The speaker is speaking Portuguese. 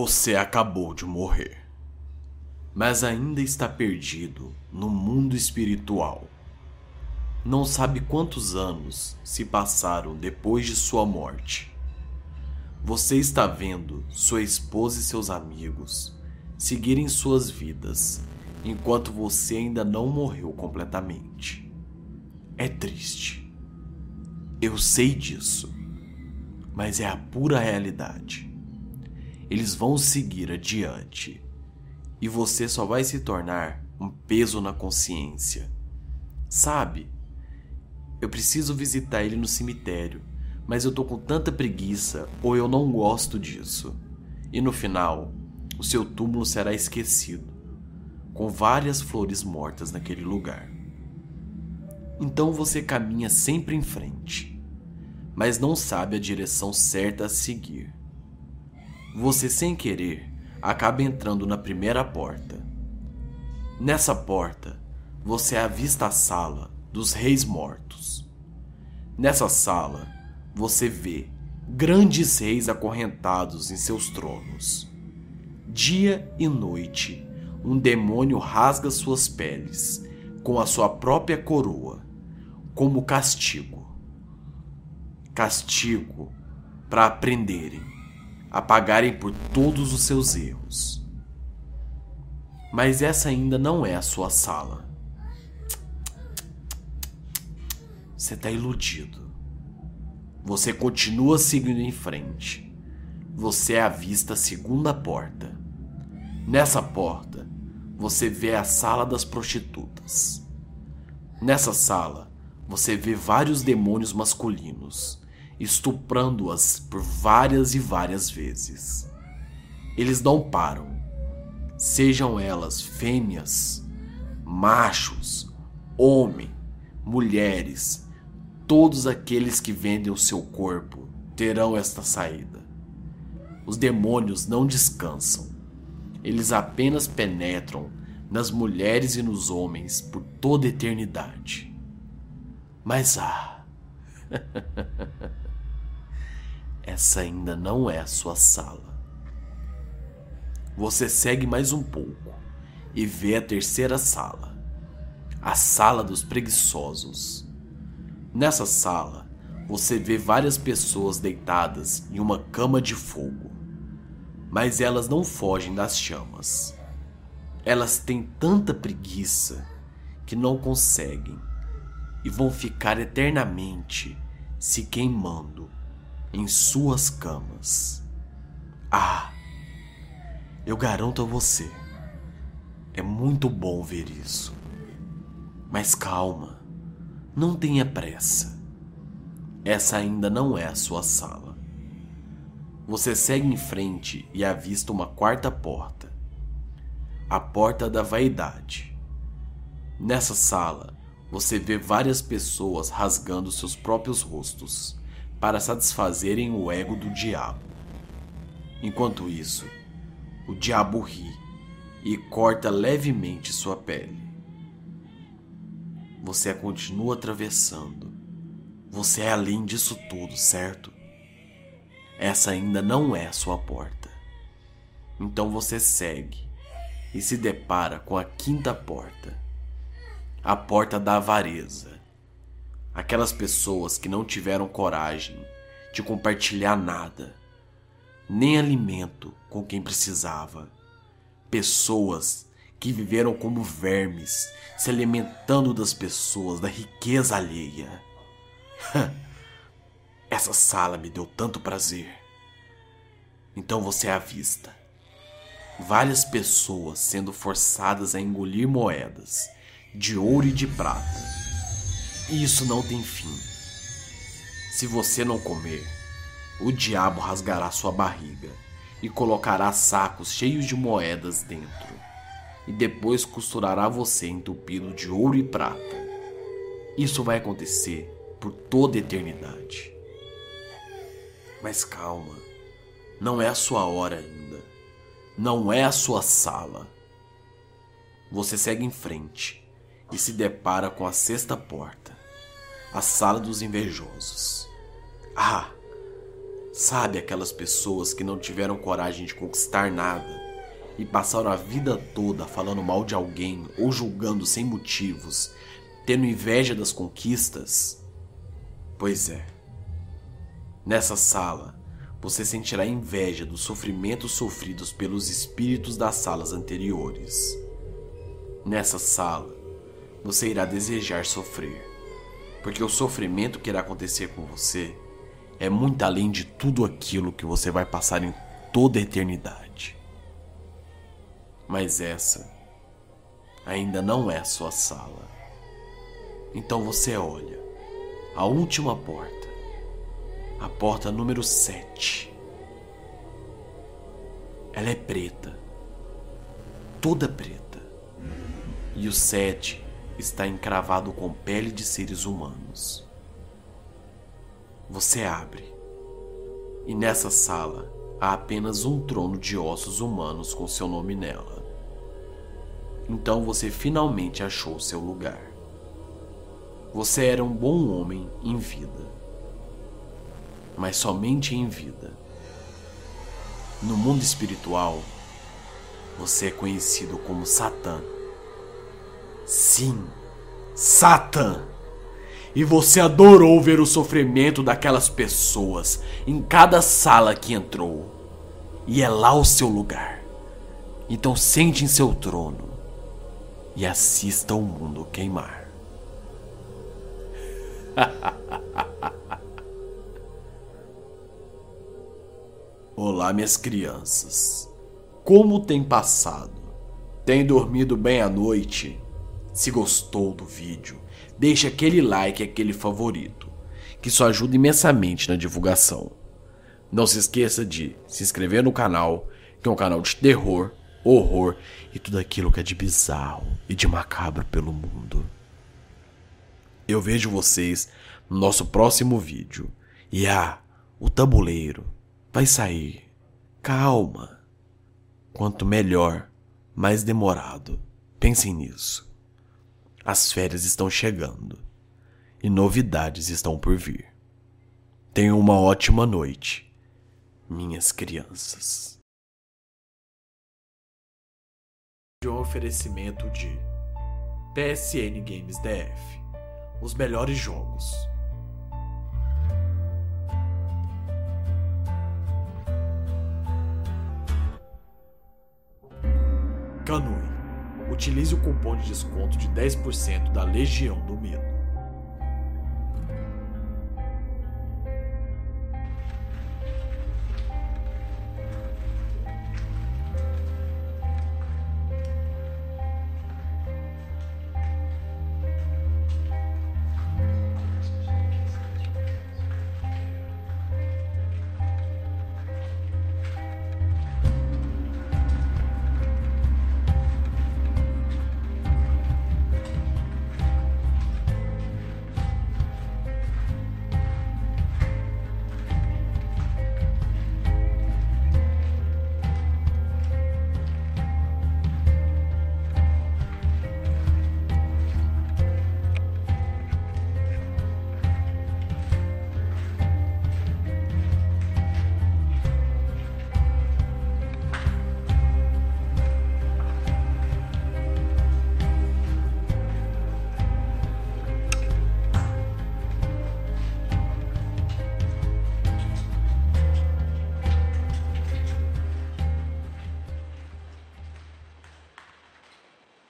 Você acabou de morrer, mas ainda está perdido no mundo espiritual. Não sabe quantos anos se passaram depois de sua morte. Você está vendo sua esposa e seus amigos seguirem suas vidas enquanto você ainda não morreu completamente. É triste. Eu sei disso, mas é a pura realidade. Eles vão seguir adiante e você só vai se tornar um peso na consciência. Sabe, eu preciso visitar ele no cemitério, mas eu tô com tanta preguiça ou eu não gosto disso. E no final, o seu túmulo será esquecido, com várias flores mortas naquele lugar. Então você caminha sempre em frente, mas não sabe a direção certa a seguir. Você, sem querer, acaba entrando na primeira porta. Nessa porta, você avista a sala dos reis mortos. Nessa sala, você vê grandes reis acorrentados em seus tronos. Dia e noite, um demônio rasga suas peles com a sua própria coroa, como castigo. Castigo para aprenderem, a pagarem por todos os seus erros. Mas essa ainda não é a sua sala. Você está iludido. Você continua seguindo em frente. Você avista a segunda porta. Nessa porta, você vê a sala das prostitutas. Nessa sala, você vê vários demônios masculinos, estuprando-as por várias e várias vezes. Eles não param, sejam elas fêmeas, machos, homem, mulheres, todos aqueles que vendem o seu corpo terão esta saída. Os demônios não descansam, eles apenas penetram nas mulheres e nos homens por toda a eternidade. Mas essa ainda não é a sua sala. Você segue mais um pouco e vê a terceira sala, a sala dos preguiçosos. Nessa sala, você vê várias pessoas deitadas em uma cama de fogo, mas elas não fogem das chamas. Elas têm tanta preguiça que não conseguem e vão ficar eternamente se queimando em suas camas. Eu garanto a você, é muito bom ver isso. Mas calma, não tenha pressa. Essa ainda não é a sua sala. Você segue em frente e avista uma quarta porta. A porta da vaidade. Nessa sala, você vê várias pessoas rasgando seus próprios rostos para satisfazerem o ego do diabo. Enquanto isso, o diabo ri e corta levemente sua pele. Você a continua atravessando. Você é além disso tudo, certo? Essa ainda não é a sua porta. Então você segue e se depara com a quinta porta. A porta da avareza. Aquelas pessoas que não tiveram coragem de compartilhar nada, nem alimento com quem precisava. Pessoas que viveram como vermes, se alimentando das pessoas, da riqueza alheia. Essa sala me deu tanto prazer. Então você avista várias pessoas sendo forçadas a engolir moedas de ouro e de prata. E isso não tem fim. Se você não comer, o diabo rasgará sua barriga e colocará sacos cheios de moedas dentro, e depois costurará você entupido de ouro e prata. Isso vai acontecer por toda a eternidade. Mas calma, não é a sua hora ainda. Não é a sua sala. Você segue em frente e se depara com a sexta porta, a sala dos invejosos. Sabe aquelas pessoas que não tiveram coragem de conquistar nada e passaram a vida toda falando mal de alguém ou julgando sem motivos, tendo inveja das conquistas? Pois é. Nessa sala, você sentirá inveja dos sofrimentos sofridos pelos espíritos das salas anteriores. Nessa sala, você irá desejar sofrer, porque o sofrimento que irá acontecer com você é muito além de tudo aquilo que você vai passar em toda a eternidade. Mas essa ainda não é sua sala. Então você olha a última porta, a porta número 7. Ela é preta, toda preta, e o 7 está encravado com pele de seres humanos. Você abre, e nessa sala há apenas um trono de ossos humanos com seu nome nela. Então você finalmente achou seu lugar. Você era um bom homem em vida, mas somente em vida. No mundo espiritual, você é conhecido como Satã. Sim, Satã! E você adorou ver o sofrimento daquelas pessoas em cada sala que entrou. E é lá o seu lugar. Então sente em seu trono e assista o mundo queimar. Olá, minhas crianças. Como tem passado? Tem dormido bem à noite? Se gostou do vídeo, deixe aquele like e aquele favorito, que isso ajuda imensamente na divulgação. Não se esqueça de se inscrever no canal, que é um canal de terror, horror e tudo aquilo que é de bizarro e de macabro pelo mundo. Eu vejo vocês no nosso próximo vídeo. E o tabuleiro vai sair. Calma. Quanto melhor, mais demorado. Pensem nisso. As férias estão chegando e novidades estão por vir. Tenham uma ótima noite, minhas crianças. De um oferecimento de PSN Games DF, os melhores jogos. Kanui. Utilize o cupom de desconto de 10% da Legião do Medo.